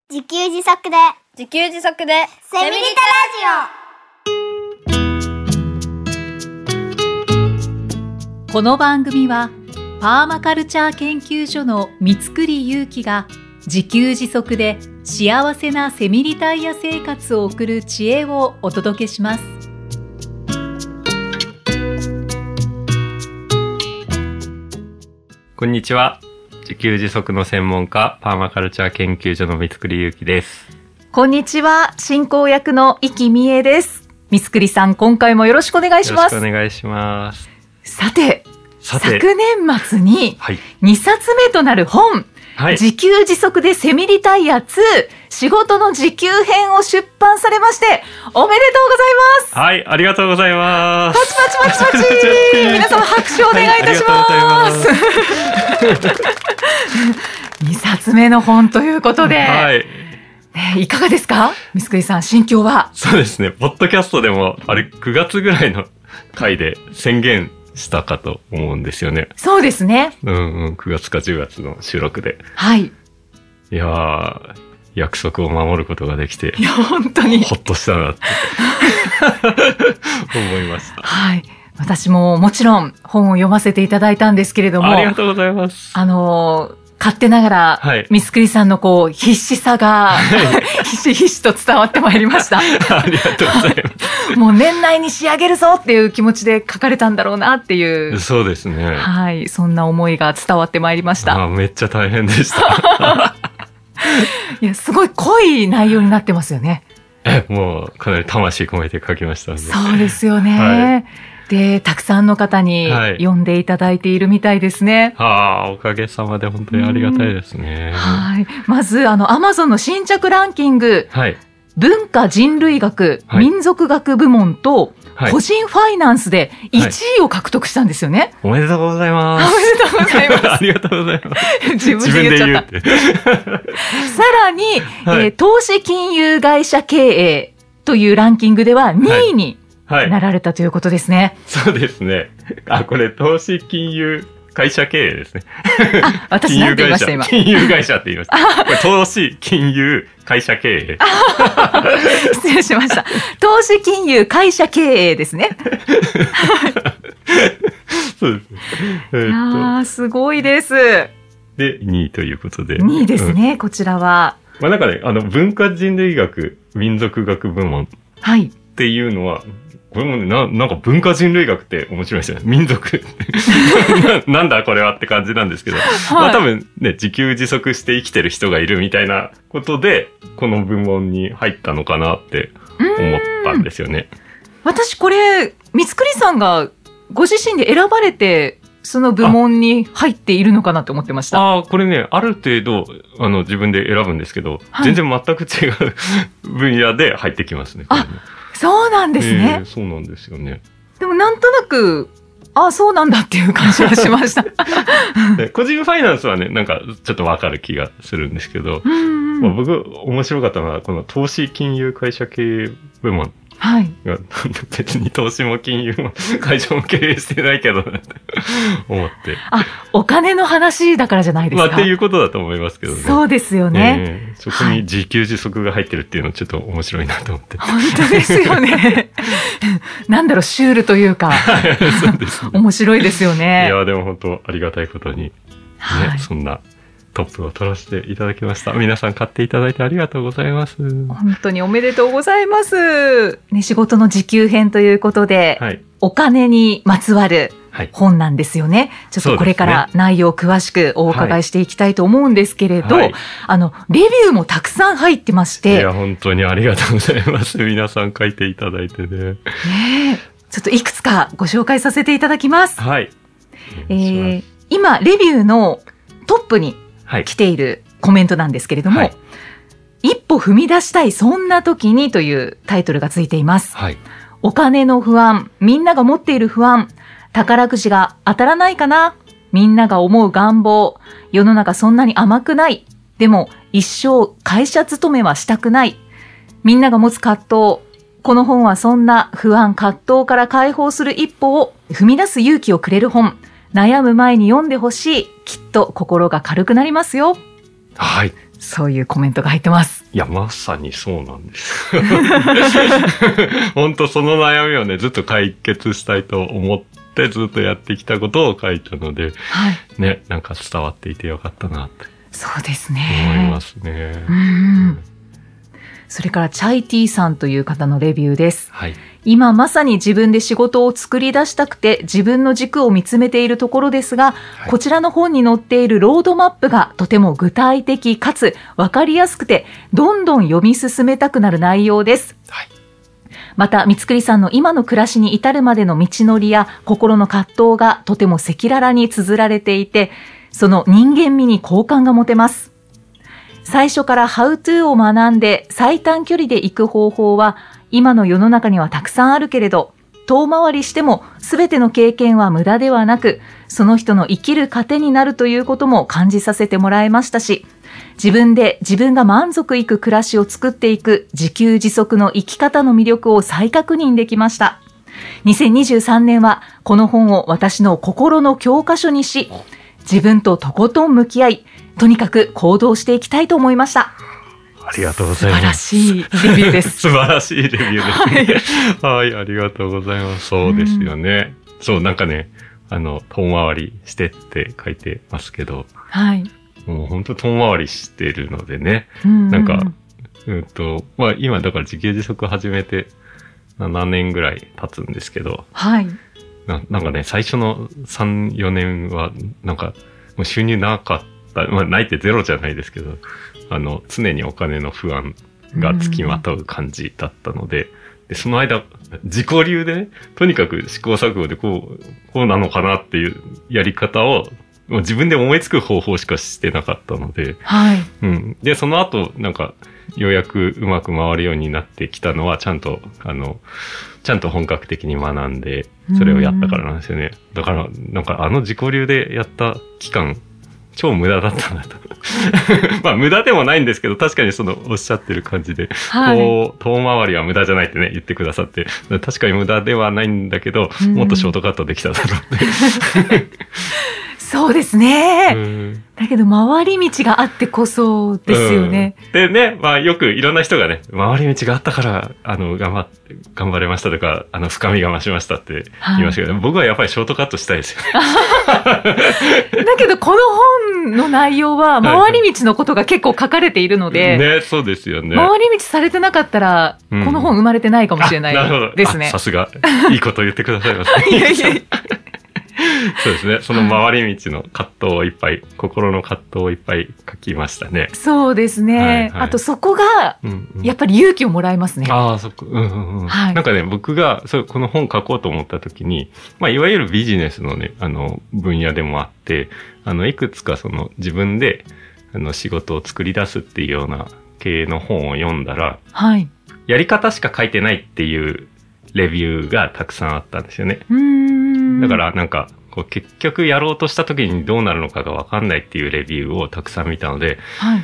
自給自足でセミリタラジオ。この番組はパーマカルチャー研究所の三栗祐樹が自給自足で幸せなセミリタイヤ生活を送る知恵をお届けします。 こんにちは。自給自足の専門家、パーマカルチャー研究所の三栗祐樹です。 こんにちは、進行役の生きみえです。三栗さん、今回もよろしくお願いします。 よろしくお願いします。 さて昨年末に2冊目となる本、はい、自給自足でセミリタイヤ2仕事の自給編を出版されましておめでとうございます。 はい、ありがとうございます。 パチパチパチパチ皆様拍手をお願いいたします、2冊目の本ということで、はいね、いかがですか三栗さん、心境は。 そうですね、ポッドキャストでもあれ9月ぐらいの回で宣言したかと思うんですよね。 そうですね。 9月か10月の収録で。 はい。 いやー、約束を守ることができて。 いや、本当に。 ほっとしたなって思いました。 はい。私ももちろん本を読ませていただいたんですけれども。 ありがとうございます。 勝手ながら、はい、三栗さんの必死さが、はい、ひしひしと伝わってまいりました。 ありがとうございます。 もう年内に仕上げるぞっていう気持ちで書かれたんだろうなっていう。 そうですね。 はい。そんな思いが伝わってまいりました。 めっちゃ大変でした。 いや、すごい濃い内容になってますよね。 もうかなり魂込めて書きましたんで。 そうですよね。はいで、たくさんの方に読んでいただいているみたいですね。 はい、おかげさまで本当にありがたいですね。 はい。まず、Amazon の新着ランキング、はい、文化人類学、はい、民族学部門と、はい、個人ファイナンスで1位を獲得したんですよね。はい、 おめでとうございます。 おめでとうございます。 ありがとうございます。 自分で言っちゃった。さらに、はい、投資金融会社経営というランキングでは2位に、なられたということですね。 そうですね。これ、投資金融会社経営ですね。 私何て言いました今。 金融会社って言いました。これ投資金融会社経営。 失礼しました。投資金融会社経営ですね。 そうです。 すごいです。 で、2位ということで。 2位ですね、こちらは。 なんかね、文化人類学、民族学部門。はい。っていうのは、これもね、なんか文化人類学って面白いですよね。民族なんだこれはって感じなんですけど、はい、多分ね、自給自足して生きてる人がいるみたいなことで、この部門に入ったのかなって思ったんですよね。 私これ、三栗さんがご自身で選ばれて、その部門に入っているのかなって思ってました。 これね、ある程度、自分で選ぶんですけど、はい、全然全く違う分野で入ってきますね。 そうなんですね。 そうなんですよね。 でもなんとなく、そうなんだっていう感じがしました。 個人ファイナンスはね、なんかちょっとわかる気がするんですけど、僕面白かったのは、この投資金融会社経営部門。はい。別に投資も金融も会社も経営してないけどなって思って。 お金の話だからじゃないですか。 っていうことだと思いますけどね。 そうですよね。 そこに自給自足が入ってるっていうのはちょっと面白いなと思って。 本当ですよね。なんだろう、シュールというか。そうですね。面白いですよね。 いや、でも本当ありがたいことに、ね、そんなトップを取らせていただきました。皆さん買っていただいてありがとうございます。 本当におめでとうございます。ね、仕事の自給編ということで、はい、お金にまつわる本なんですよね。はい、ちょっとこれから内容を詳しくお伺いしていきたいと思うんですけれど、はい、レビューもたくさん入ってまして。 いや、本当にありがとうございます。皆さん書いていただいてね。 ちょっといくつかご紹介させていただきます。 はい。 今、レビューのトップに来ているコメントなんですけれども、はい、一歩踏み出したいそんな時にというタイトルがついています。はい、お金の不安、みんなが持っている不安、宝くじが当たらないかな、みんなが思う願望、世の中そんなに甘くない、でも一生会社勤めはしたくない、みんなが持つ葛藤、この本はそんな不安葛藤から解放する一歩を踏み出す勇気をくれる悩む前に読んでほしい。きっと心が軽くなりますよ。 はい。 そういうコメントが入ってます。 いや、まさにそうなんです。本当その悩みをね、ずっと解決したいと思ってずっとやってきたことを書いたので、はい、ね、なんか伝わっていてよかったなって。 そうですね。 思いますね。 それからチャイティさんという方のレビューです。 はい。 今まさに自分で仕事を作り出したくて自分の軸を見つめているところですが、はい、こちらの本に載っているロードマップがとても具体的かつ分かりやすくてどんどん読み進めたくなる内容です。はい、また三つくりさんの今の暮らしに至るまでの道のりや心の葛藤がとても赤裸々に綴られていて、その人間味に好感が持てます。最初からハウトゥーを学んで最短距離で行く方法は今の世の中にはたくさんあるけれど、遠回りしても全ての経験は無駄ではなく、その人の生きる糧になるということも感じさせてもらいましたし、自分で自分が満足いく暮らしを作っていく自給自足の生き方の魅力を再確認できました。2023年はこの本を私の心の教科書にし、自分ととことん向き合い、とにかく行動していきたいと思いました。 ありがとうございます。 素晴らしいレビューです。 素晴らしいレビューですね。はい、ありがとうございます。そうですよね。そう、なんかね、遠回りしてって書いてますけど、はい。もう本当遠回りしてるのでね、なんか、まあ今だから自給自足始めて7年ぐらい経つんですけど、はい。なんかね、最初の3、4年は、なんか、もう収入なかった、まあないってゼロじゃないですけど、常にお金の不安がつきまとう感じだったので、で、その間、自己流でね、とにかく試行錯誤でこうなのかなっていうやり方を、もう自分で思いつく方法しかしてなかったので、はい。うん。で、その後、なんか、ようやくうまく回るようになってきたのは、ちゃんと本格的に学んで、それをやったからなんですよね。だから、なんか自己流でやった期間、超無駄だったなと。まあ無駄でもないんですけど、確かにおっしゃってる感じで、はい、遠回りは無駄じゃないってね、言ってくださって、確かに無駄ではないんだけど、もっとショートカットできただろうって。 そうですね。だけど回り道があってこそですよね。 でね、まあよくいろんな人がね、回り道があったから、頑張れましたとか、深みが増しましたって言いましたけど、僕はやっぱりショートカットしたいですよ。 だけどこの本の内容は回り道のことが結構書かれているので、 ね、そうですよね。 回り道されてなかったら、この本生まれてないかもしれないですね。 さすが、いいこと言ってくださいました。いやいやそうですね。その回り道の葛藤をいっぱい、心の葛藤をいっぱい書きましたね。 そうですね。はいはい、あとそこが、やっぱり勇気をもらいますね。 ああ、そこ。はい。なんかね、僕が、この本書こうと思った時に、まあ、いわゆるビジネスのね、分野でもあって、いくつか自分で、仕事を作り出すっていうような経営の本を読んだら、はい。やり方しか書いてないっていうレビューがたくさんあったんですよね。だからなんか結局やろうとした時にどうなるのかが分かんないっていうレビューをたくさん見たので、はい、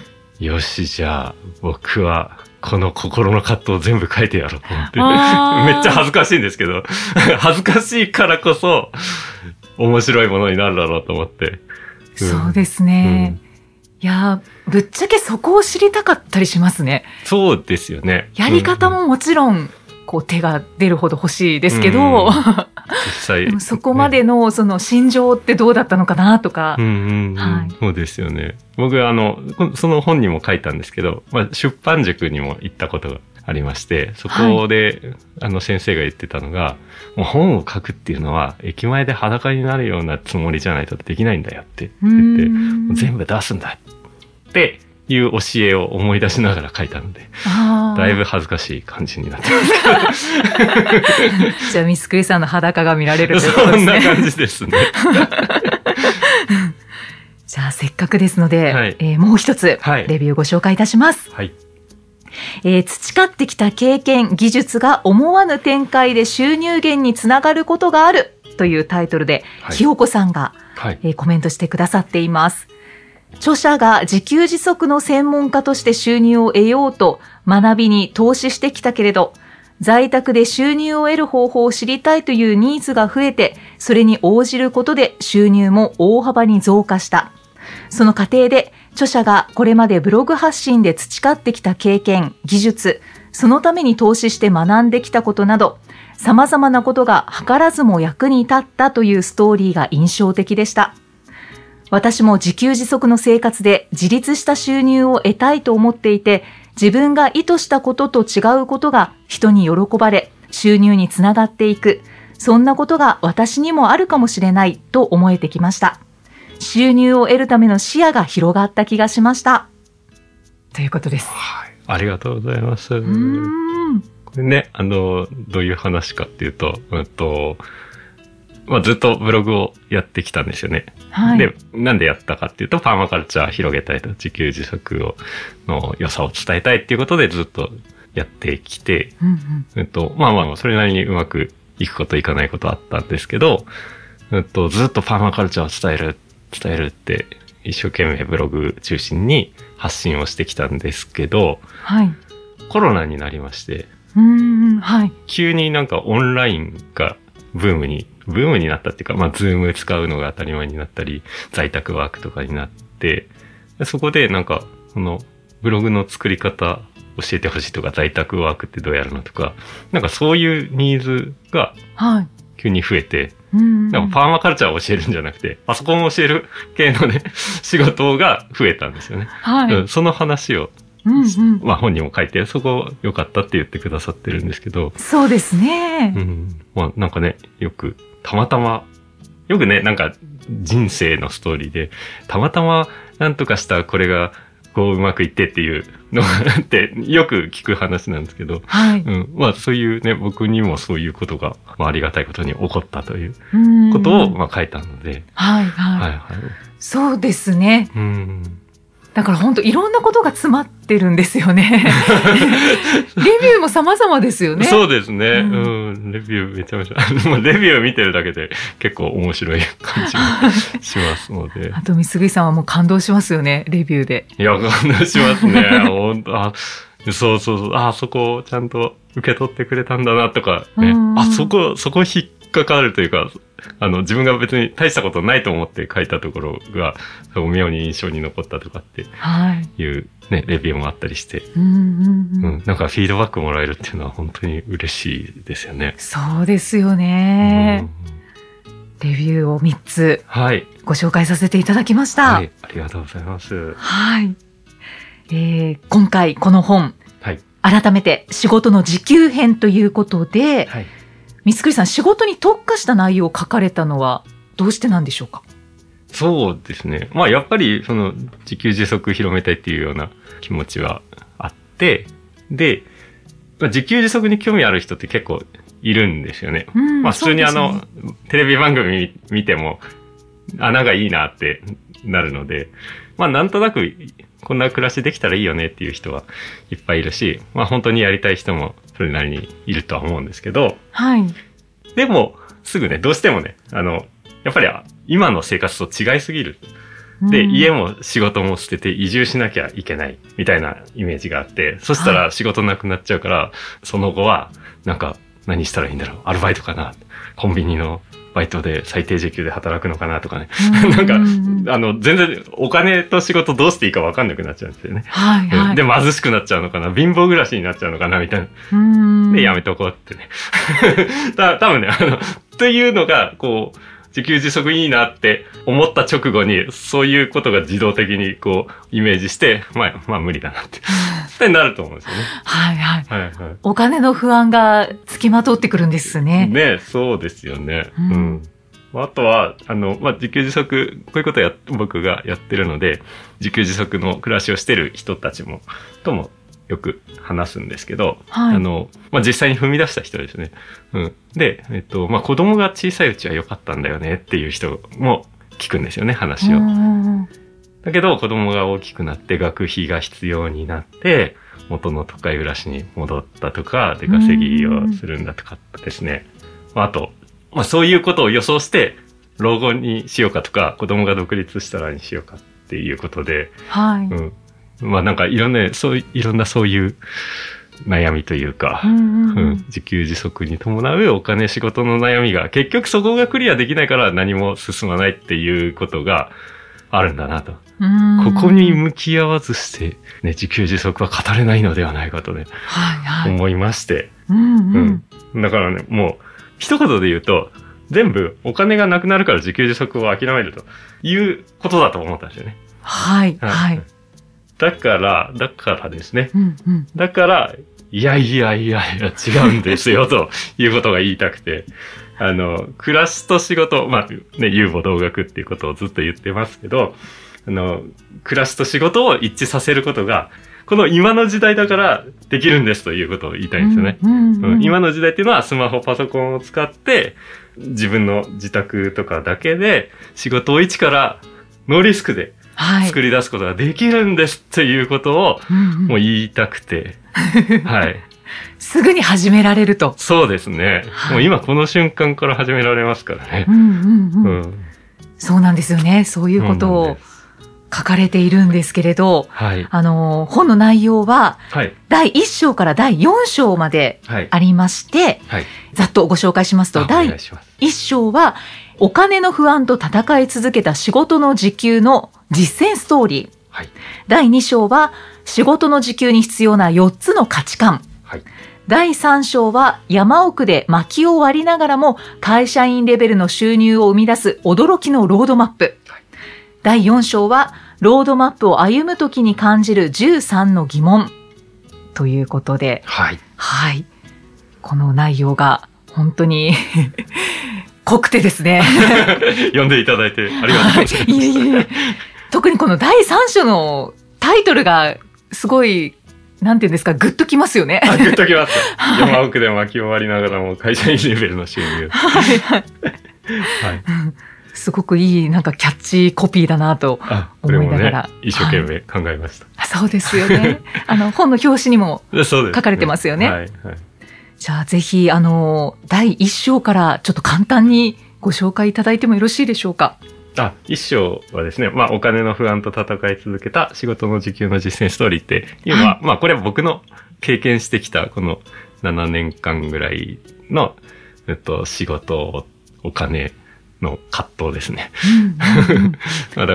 よしじゃあ僕はこの心の葛藤を全部書いてやろうと思ってめっちゃ恥ずかしいんですけど恥ずかしいからこそ面白いものになるだろうと思って、 そうですね、いやぶっちゃけそこを知りたかったりしますね。 そうですよね。 やり方ももちろん、手が出るほど欲しいですけど、実際でもそこまでの心情ってどうだったのかなとか、 そうですよね。僕その本にも書いたんですけど、まあ、出版塾にも行ったことがありまして、そこで、先生が言ってたのが、もう本を書くっていうのは駅前で裸になるようなつもりじゃないとできないんだよって言って、全部出すんだっていう教えを思い出しながら書いたので、だいぶ恥ずかしい感じになってますけど。 じゃあ、ミスクリさんの裸が見られるということですね。 そんな感じですね。 じゃあ、せっかくですので、はい、もう一つ、レビューをご紹介いたします。はい。培ってきた経験、技術が思わぬ展開で収入源につながることがあるというタイトルで、ひよこさんが、コメントしてくださっています。著者が自給自足の専門家として収入を得ようと学びに投資してきたけれど、在宅で収入を得る方法を知りたいというニーズが増えて、それに応じることで収入も大幅に増加した。その過程で著者がこれまでブログ発信で培ってきた経験、技術、そのために投資して学んできたことなど、様々なことが図らずも役に立ったというストーリーが印象的でした。私も自給自足の生活で自立した収入を得たいと思っていて、自分が意図したことと違うことが人に喜ばれ、収入につながっていく。そんなことが私にもあるかもしれないと思えてきました。収入を得るための視野が広がった気がしました。ということです。 はい、ありがとうございます。これね、どういう話かっていうと、ずっとブログをやってきたんですよね。はい、で、なんでやったかっていうと、パーマカルチャー広げたいと、自給自足の良さを伝えたいっていうことでずっとやってきて、それなりにうまくいくこといかないことあったんですけど、ずっとパーマカルチャーを伝えるって一生懸命ブログ中心に発信をしてきたんですけど、はい、コロナになりまして、はい、急になんかオンラインがブームになったっていうか、ズーム使うのが当たり前になったり、在宅ワークとかになって、そこでなんか、このブログの作り方教えてほしいとか、在宅ワークってどうやるのとか、なんかそういうニーズが急に増えて、なんかパーマカルチャーを教えるんじゃなくて、パソコンを教える系のね、仕事が増えたんですよね。はい、その話を、本にも書いて、そこ良かったって言ってくださってるんですけど。 そうですね。 なんかね、よくね、なんか人生のストーリーで、たまたまなんとかしたこれがこううまくいってっていうのがあって、よく聞く話なんですけど、はい、そういうね、僕にもそういうことが、ありがたいことに起こったということを書いたので。はいはい。はいはい、 そうですね。だから本当いろんなことが詰まってるんですよね。レビューも様々ですよね。 そうですね。レビューめちゃめちゃ、レビュー見てるだけで結構面白い感じがしますので。 あと、三杉さんはもう感動しますよね、レビューで。 いや、感動しますね。本当そう。そこをちゃんと受け取ってくれたんだなとか、ね。そこ引っかかるというか、自分が別に大したことないと思って書いたところが、妙に印象に残ったとかっていう、ね、レビューもあったりして、なんかフィードバックもらえるっていうのは本当に嬉しいですよね。 そうですよね。レビューを3つご紹介させていただきました。 はい、ありがとうございます。 はい。今回この本、改めて仕事の時給編ということで、三栗さん、仕事に特化した内容を書かれたのはどうしてなんでしょうか？ そうですね。やっぱり自給自足広めたいっていうような気持ちはあって、で、自給自足に興味ある人って結構いるんですよね。普通にテレビ番組見ても、なんかいいなってなるので、なんとなくこんな暮らしできたらいいよねっていう人はいっぱいいるし、本当にやりたい人もそれなりにいるとは思うんですけど、はい。でも、すぐね、どうしてもね、やっぱり今の生活と違いすぎる。で、家も仕事も捨てて移住しなきゃいけないみたいなイメージがあって、そしたら仕事なくなっちゃうから、その後は、なんか何したらいいんだろう、アルバイトかな、コンビニのバイトで最低時給で働くのかなとかね。なんか、全然お金と仕事どうしていいか分かんなくなっちゃうんですよね。はいはい。で、貧しくなっちゃうのかな、貧乏暮らしになっちゃうのかな、みたいな。で、やめとこうってね。多分ね、というのが、自給自足いいなって思った直後に、そういうことが自動的にイメージして、無理だなって。ってなると思うんですよね。はいはい。はいはい。 お金の不安がつきまとってくるんですね。 ね、そうですよね。あとは、自給自足、こういうこと僕がやってるので、自給自足の暮らしをしてる人たちともよく話すんですけど、はい、実際に踏み出した人ですね。で、子供が小さいうちは良かったんだよねっていう人も聞くんですよね、話を。だけど、子供が大きくなって学費が必要になって、元の都会暮らしに戻ったとか、出稼ぎをするんだとかですね。あと、そういうことを予想して、老後にしようかとか、子供が独立したらにしようかっていうことで、はい。なんかいろんなそういう悩みというか、自給自足に伴うお金仕事の悩みが、結局そこがクリアできないから何も進まないっていうことがあるんだなと。ここに向き合わずして、ね、自給自足は語れないのではないかとね、思いまして。だからね、もう、一言で言うと、全部お金がなくなるから自給自足を諦めるということだと思ったんですよね。だからですね。だから、いや、違うんですよ、ということが言いたくて。暮らしと仕事、まあ、ね、遊母同学っていうことをずっと言ってますけど、暮らしと仕事を一致させることが、この今の時代だからできるんですということを言いたいんですよね。今の時代っていうのはスマホ、パソコンを使って、自分の自宅とかだけで仕事を一からノーリスクで作り出すことができるんですっていうことをもう言いたくて、 すぐに始められると。 そうですね。もう今この瞬間から始められますからね。 そうなんですよね。そういうことを書かれているんですけれど、本の内容は、第1章から第4章までありまして、ざっとご紹介しますと、第1章は、お金の不安と戦い続けた仕事の時給の実践ストーリー。第2章は、仕事の時給に必要な4つの価値観。第3章は山奥で薪を割りながらも会社員レベルの収入を生み出す驚きのロードマップ。第4章はロードマップを歩むときに感じる13の疑問ということで、この内容が本当に濃くてですね読んでいただいてありがとうございます。 特にこの第3章のタイトルがすごいなんていうんですか、グッときますよね。 グッときます。山奥で薪を割りながらも会社員レベルの収入。 すごくいいなんかキャッチコピーだなと思いながら、 一生懸命考えました。 そうですよね。本の表紙にも書かれてますよね。じゃあぜひ第1章からちょっと簡単にご紹介いただいてもよろしいでしょうか。 一章はですね、まあ、お金の不安と戦い続けた仕事の時給の実践ストーリーっていうのは、まあ、これは僕の経験してきたこの7年間ぐらいの、仕事、お金の葛藤ですね。だから、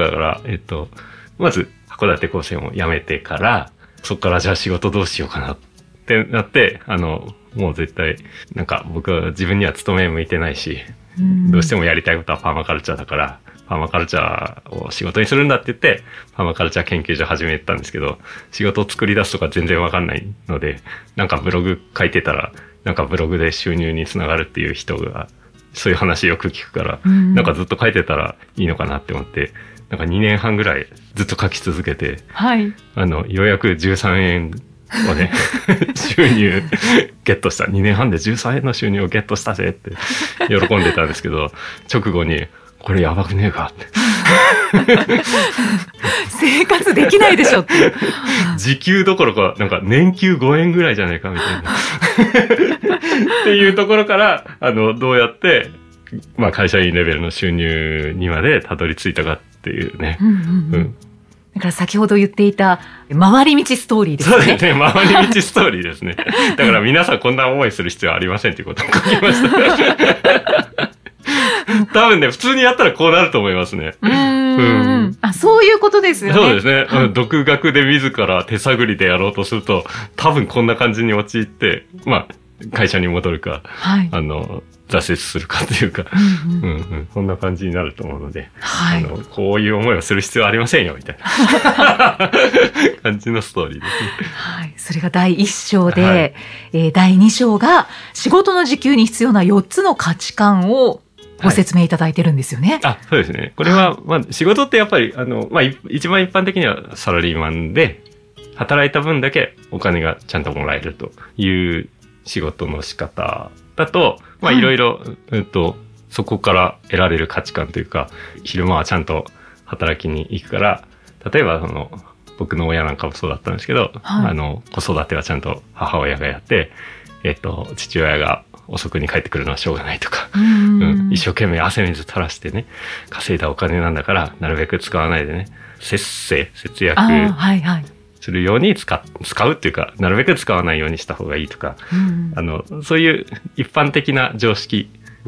まず、函館高専を辞めてから、そこからじゃあ仕事どうしようかなってなって、もう絶対、なんか僕は自分には勤め向いてないし、どうしてもやりたいことはパーマカルチャーだから、パーマカルチャーを仕事にするんだって言って、パーマカルチャー研究所始めたんですけど、仕事を作り出すとか全然わかんないので、なんかブログ書いてたら、なんかブログで収入につながるっていう人が、そういう話よく聞くから、なんかずっと書いてたらいいのかなって思って、なんか2年半ぐらいずっと書き続けて、ようやく13円をね、収入ゲットした。2年半で13円の収入をゲットしたぜって喜んでたんですけど、直後に、これやばくねえかって生活できないでしょっていう時給どころかなんか年給5円ぐらいじゃないかみたいなっていうところからどうやってまあ会社員レベルの収入にまでたどり着いたかっていうね。 だから先ほど言っていた回り道ストーリーですね。 そうですね、回り道ストーリーですね。だから皆さんこんな思いする必要はありませんということを書きました多分ね、普通にやったらこうなると思いますね。 そういうことですよね。 そうですね。独学で自ら手探りでやろうとすると、多分こんな感じに陥って、まあ、会社に戻るか、挫折するかというか、そんな感じになると思うので、こういう思いをする必要はありませんよ、みたいな感じのストーリーですね。 それが第1章で、第2章が仕事の時給に必要な4つの価値観をご説明いただいてるんですよね。 そうですね。これは、まあ、仕事ってやっぱり、まあ、一番一般的にはサラリーマンで、働いた分だけお金がちゃんともらえるという仕事の仕方だと、まあ、いろいろ、そこから得られる価値観というか、昼間はちゃんと働きに行くから、例えば、僕の親なんかもそうだったんですけど、子育てはちゃんと母親がやって、父親が遅くに帰ってくるのはしょうがないとか、一生懸命汗水垂らしてね、稼いだお金なんだから、なるべく使わないでね、節約するように使うっていうか、なるべく使わないようにした方がいいとか、そういう一般的な常識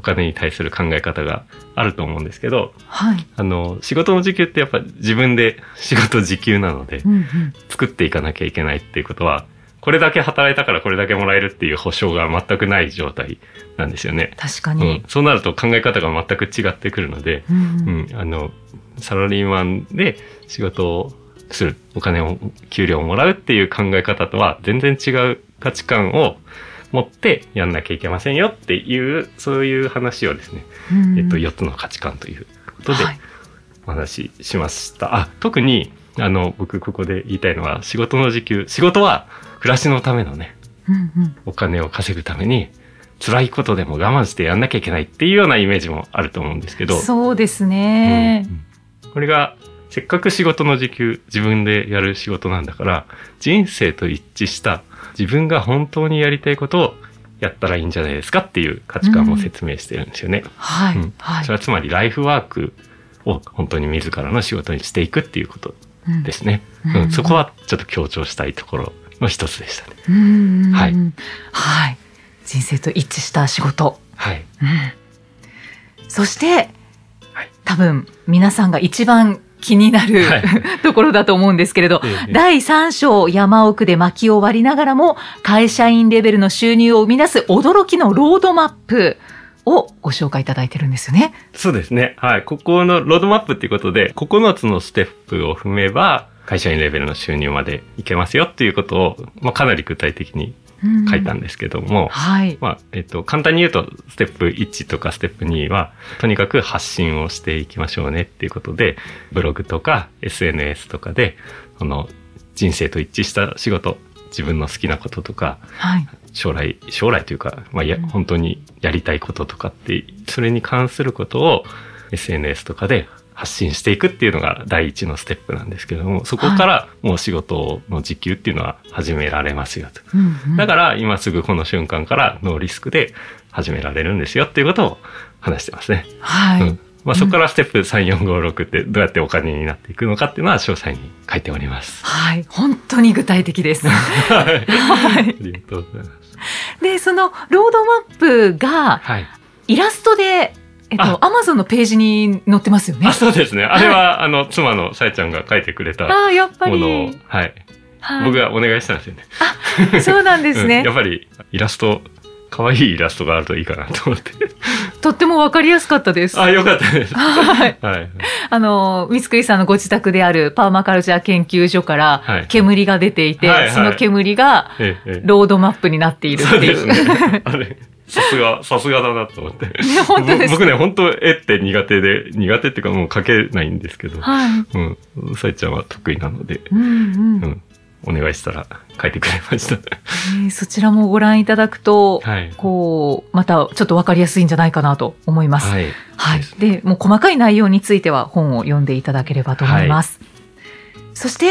お金に対する考え方があると思うんですけど、 はい、 仕事の時給ってやっぱ自分で仕事時給なので、作っていかなきゃいけないっていうことは、これだけ働いたからこれだけもらえるっていう保証が全くない状態なんですよね。 確かに。 そうなると考え方が全く違ってくるので、サラリーマンで仕事をする、お金を、給料をもらうっていう考え方とは全然違う価値観を持ってやんなきゃいけませんよっていう、そういう話をですね、4つの価値観ということでお話ししました。特に、僕ここで言いたいのは、仕事の時給、仕事は暮らしのためのね、お金を稼ぐために、辛いことでも我慢してやんなきゃいけないっていうようなイメージもあると思うんですけど。 そうですね。 これが、せっかく仕事の時給、自分でやる仕事なんだから、人生と一致した自分が本当にやりたいことをやったらいいんじゃないですかっていう価値観を説明してるんですよね。 はい。 それはつまりライフワークを本当に自らの仕事にしていくっていうことですね。そこはちょっと強調したいところの一つでしたね。はい。 はい。人生と一致した仕事。 はい。 そして、多分皆さんが一番気になる、ところだと思うんですけれど、第3章山奥で薪を割りながらも会社員レベルの収入を生み出す驚きのロードマップをご紹介いただいてるんですよね。 そうですね。はい。ここのロードマップっていうことで、9つのステップを踏めば会社員レベルの収入までいけますよっていうことを、かなり具体的に書いたんですけども、簡単に言うと、ステップ1とかステップ2は、とにかく発信をしていきましょうねっていうことで、ブログとか SNS とかで、人生と一致した仕事、自分の好きなこととか、将来というか、本当にやりたいこととかって、それに関することを SNS とかで発信していくっていうのが第一のステップなんですけども、そこからもう仕事の時給っていうのは始められますよと。だから今すぐこの瞬間からノーリスクで始められるんですよっていうことを話してますね。そこからステップ3、4、5、6ってどうやってお金になっていくのかっていうのは詳細に書いております。 はい。本当に具体的です。 ありがとうございます。 で、そのロードマップがイラストでAmazon のページに載ってますよね。 そうですね。あれは、妻のさえちゃんが書いてくれたものを、僕がお願いしたんですよね。 そうなんですね。 やっぱり、可愛いイラストがあるといいかなと思って。 とってもわかりやすかったです。 よかったです。 三栗さんのご自宅であるパーマカルチャー研究所から煙が出ていて、その煙がロードマップになっているっていう。 そうですね。あれ。さすがだなと思って。 本当です僕ね、本当絵って苦手っていうかもう描けないんですけど、さえちゃんは得意なので、お願いしたら描いてくれました。 そちらもご覧いただくと、またちょっとわかりやすいんじゃないかなと思います。で、もう細かい内容については本を読んでいただければと思います。そして、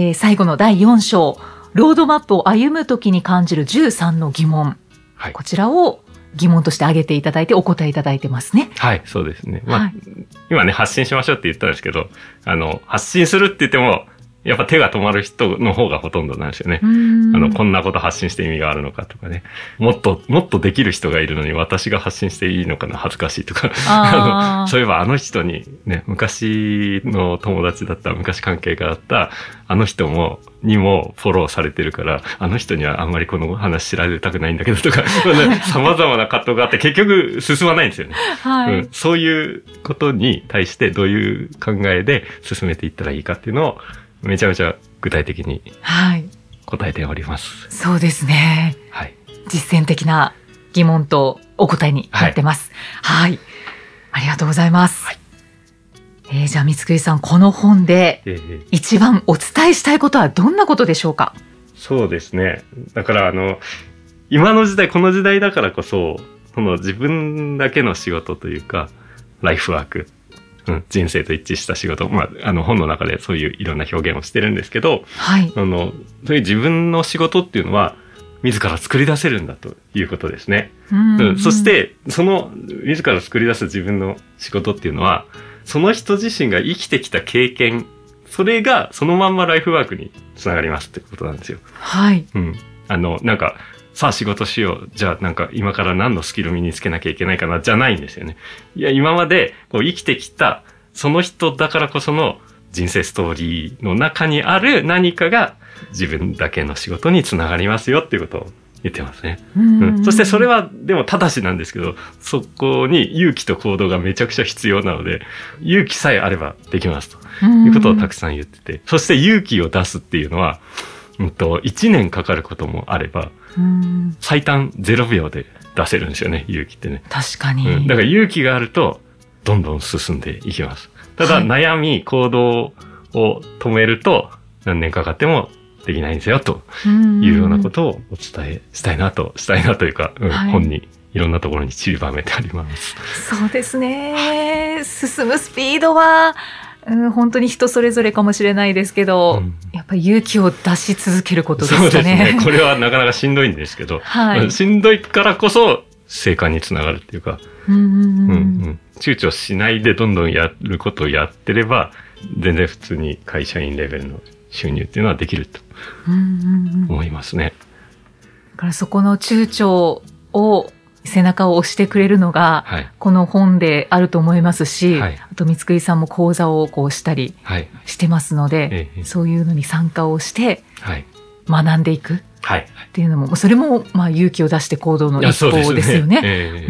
最後の第4章、ロードマップを歩むときに感じる13の疑問。こちらを疑問として挙げていただいてお答えいただいてますね。 そうですね。今ね、発信しましょうって言ったんですけど、発信するって言っても、やっぱ手が止まる人の方がほとんどなんですよね。こんなこと発信して意味があるのかとかね。もっとできる人がいるのに私が発信していいのかな、恥ずかしいとか。そういえばあの人にね、昔の友達だった、昔関係があった、あの人にもフォローされてるから、あの人にはあんまりこの話知られたくないんだけどとか、様々な葛藤があって結局進まないんですよね。そういうことに対してどういう考えで進めていったらいいかっていうのを、めちゃめちゃ具体的に答えております。 そうですね。実践的な疑問とお答えになってます。ありがとうございます。じゃあ三栗さん、この本で一番お伝えしたいことはどんなことでしょうか？ そうですね。だから今の時代、この時代だからこそ、自分だけの仕事というか、ライフワーク。人生と一致した仕事。本の中でそういういろんな表現をしてるんですけど、そういう自分の仕事っていうのは、自ら作り出せるんだということですね。そして、自ら作り出す自分の仕事っていうのは、その人自身が生きてきた経験、それがそのまんまライフワークにつながりますってことなんですよ。 さあ仕事しよう。じゃあなんか今から何のスキル身につけなきゃいけないかな、じゃないんですよね。いや、今までこう生きてきた、その人だからこその人生ストーリーの中にある何かが自分だけの仕事につながりますよっていうことを言ってますね。そしてそれはでもただしなんですけど、そこに勇気と行動がめちゃくちゃ必要なので、勇気さえあればできますということをたくさん言ってて、そして勇気を出すっていうのは、1年かかることもあれば、最短0秒で出せるんですよね、勇気ってね。 確かに。 だから勇気があるとどんどん進んでいきます。ただ、悩み、行動を止めると何年かかってもできないんですよというようなことをお伝えしたいなというか、本にいろんなところに散りばめてあります。 そうですね。進むスピードは、本当に人それぞれかもしれないですけど、やっぱり勇気を出し続けることですかね。 そうですね。これはなかなかしんどいんですけど、しんどいからこそ成果につながるっていうか、躊躇しないでどんどんやることをやってれば、全然普通に会社員レベルの収入っていうのはできると思いますね。 だからそこの躊躇を背中を押してくれるのが、この本であると思いますし、あと三栗さんも講座をこうしたりしてますので、そういうのに参加をして学んでいくっていうのも、それもまあ勇気を出して行動の一歩ですよね。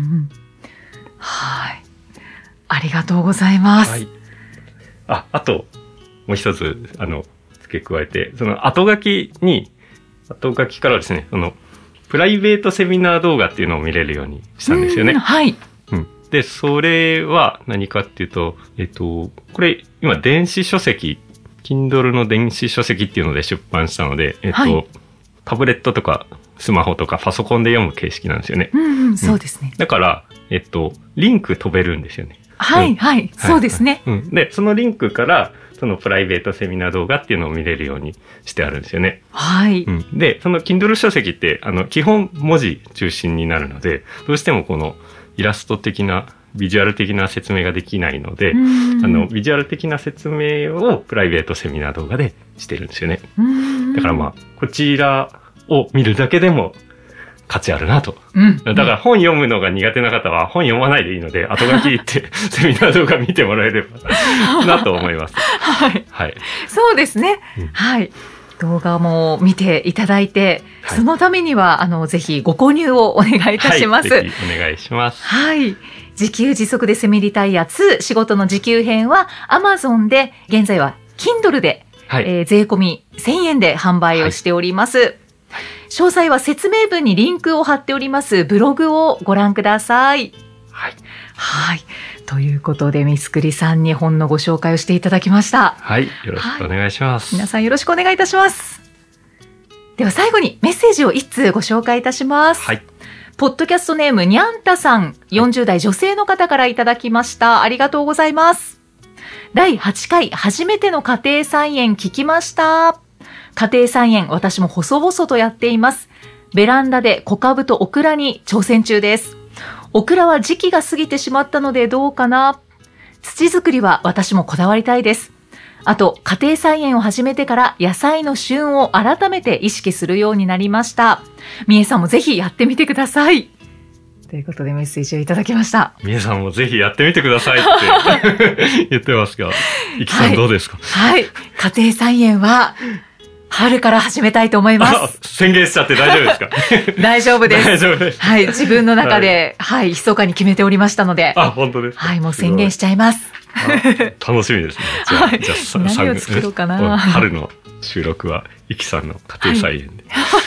はい。ありがとうございます。 あともう一つ付け加えて、その後書きからですね、プライベートセミナー動画っていうのを見れるようにしたんですよね。で、それは何かっていうと、これ、今、電子書籍、Kindle の電子書籍っていうので出版したので、タブレットとか、スマホとか、パソコンで読む形式なんですよね。 そうですね。 だから、リンク飛べるんですよね。 そうですね。 で、そのリンクから、そのプライベートセミナー動画っていうのを見れるようにしてあるんですよね。で、その Kindle 書籍って、基本文字中心になるので、どうしてもこのイラスト的な、ビジュアル的な説明ができないので、ビジュアル的な説明をプライベートセミナー動画でしてるんですよね。だからまあ、こちらを見るだけでも価値あるなと。だから本読むのが苦手な方は本読まないでいいので、後書きってセミナー動画見てもらえればなと思います。 そうですね。動画も見ていただいて、そのためにはぜひご購入をお願いいたします。 ぜひお願いします。 自給自足でセミリタイヤ2仕事の時給編は Amazon で現在は Kindle で、税込み1000円で販売をしております。詳細は説明文にリンクを貼っておりますブログをご覧ください。ということで、三栗さんに本のご紹介をしていただきました。 よろしくお願いします。 皆さんよろしくお願いいたします。では最後にメッセージを一通ご紹介いたします。ポッドキャストネームにゃんたさん、40代女性の方からいただきました。ありがとうございます。第8回初めての家庭菜園聞きました。家庭菜園、私も細々とやっています。ベランダで小株とオクラに挑戦中です。オクラは時期が過ぎてしまったのでどうかな。土作りは私もこだわりたいです。あと、家庭菜園を始めてから野菜の旬を改めて意識するようになりました。みえさんもぜひやってみてください。ということでメッセージをいただきました。 みえさんもぜひやってみてくださいって言ってますが、いきさんどうですか？ 家庭菜園は、春から始めたいと思います。 宣言しちゃって大丈夫ですか？ 大丈夫です。 大丈夫です。 自分の中で、密かに決めておりましたので。 本当ですか？ もう宣言しちゃいます。 楽しみですね。 じゃあ何を作ろうかな。 春の収録は、いきさんの家庭菜園で。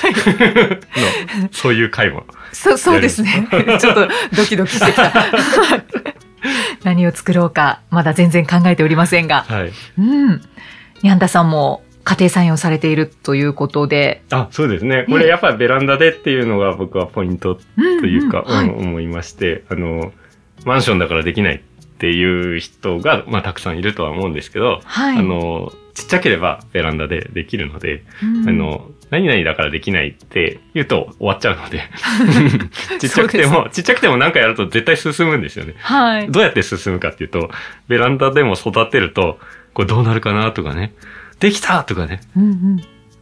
そういう回も。 そうですね。ちょっとドキドキしてきた。何を作ろうか、まだ全然考えておりませんが。にゃんたさんも、家庭菜園をされているということで。 そうですね。これやっぱりベランダでっていうのが僕はポイントというか、思いまして、マンションだからできないっていう人が、たくさんいるとは思うんですけど、ちっちゃければベランダでできるので、何々だからできないって言うと終わっちゃうので、ちっちゃくても何かやると絶対進むんですよね。どうやって進むかっていうと、ベランダでも育てると、これどうなるかなとかね、できたとかね、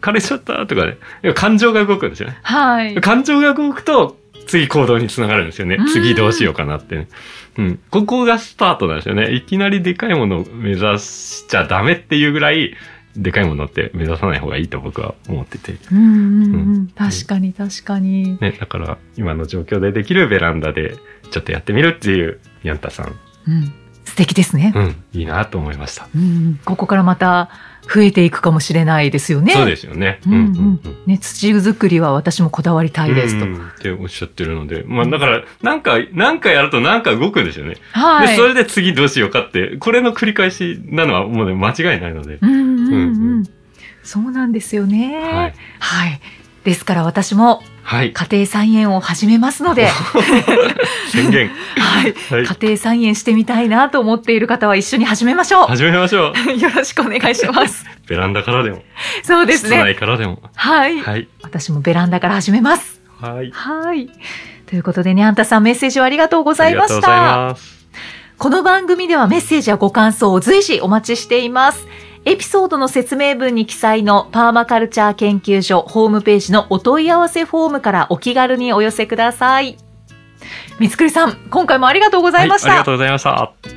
枯れちゃったとかね。感情が動くんですよね。 はい。 感情が動くと、次行動につながるんですよね。次どうしようかなってね。うん。ここがスタートなんですよね。いきなりでかいものを目指しちゃダメっていうぐらい、でかいものって目指さない方がいいと僕は思ってて。 確かに確かに。 ね、だから今の状況でできるベランダでちょっとやってみるっていうニャンタさん。 素敵ですね。 いいなと思いました。 ここからまた増えていくかもしれないですよね。 そうですよね。 ね、土作りは私もこだわりたいですと。 っておっしゃってるので、まあだからなんかやるとなんか動くんですよね。 はい。 でそれで次どうしようかってこれの繰り返しなのはもうね間違いないので。 そうなんですよね。はい。はい。ですから私も家庭菜園を始めますので、 宣言。 はい。家庭菜園してみたいなと思っている方は一緒に始めましょう。 始めましょう。 よろしくお願いします。 ベランダからでも。 そうですね。 室内からでも。 はい。私もベランダから始めます。 はい。 はい。ということで、ニャンタさんメッセージをありがとうございました。ありがとうございます。この番組ではメッセージやご感想を随時お待ちしています。エピソードの説明文に記載のパーマカルチャー研究所ホームページのお問い合わせフォームからお気軽にお寄せください。三栗さん、今回もありがとうございました。 ありがとうございました。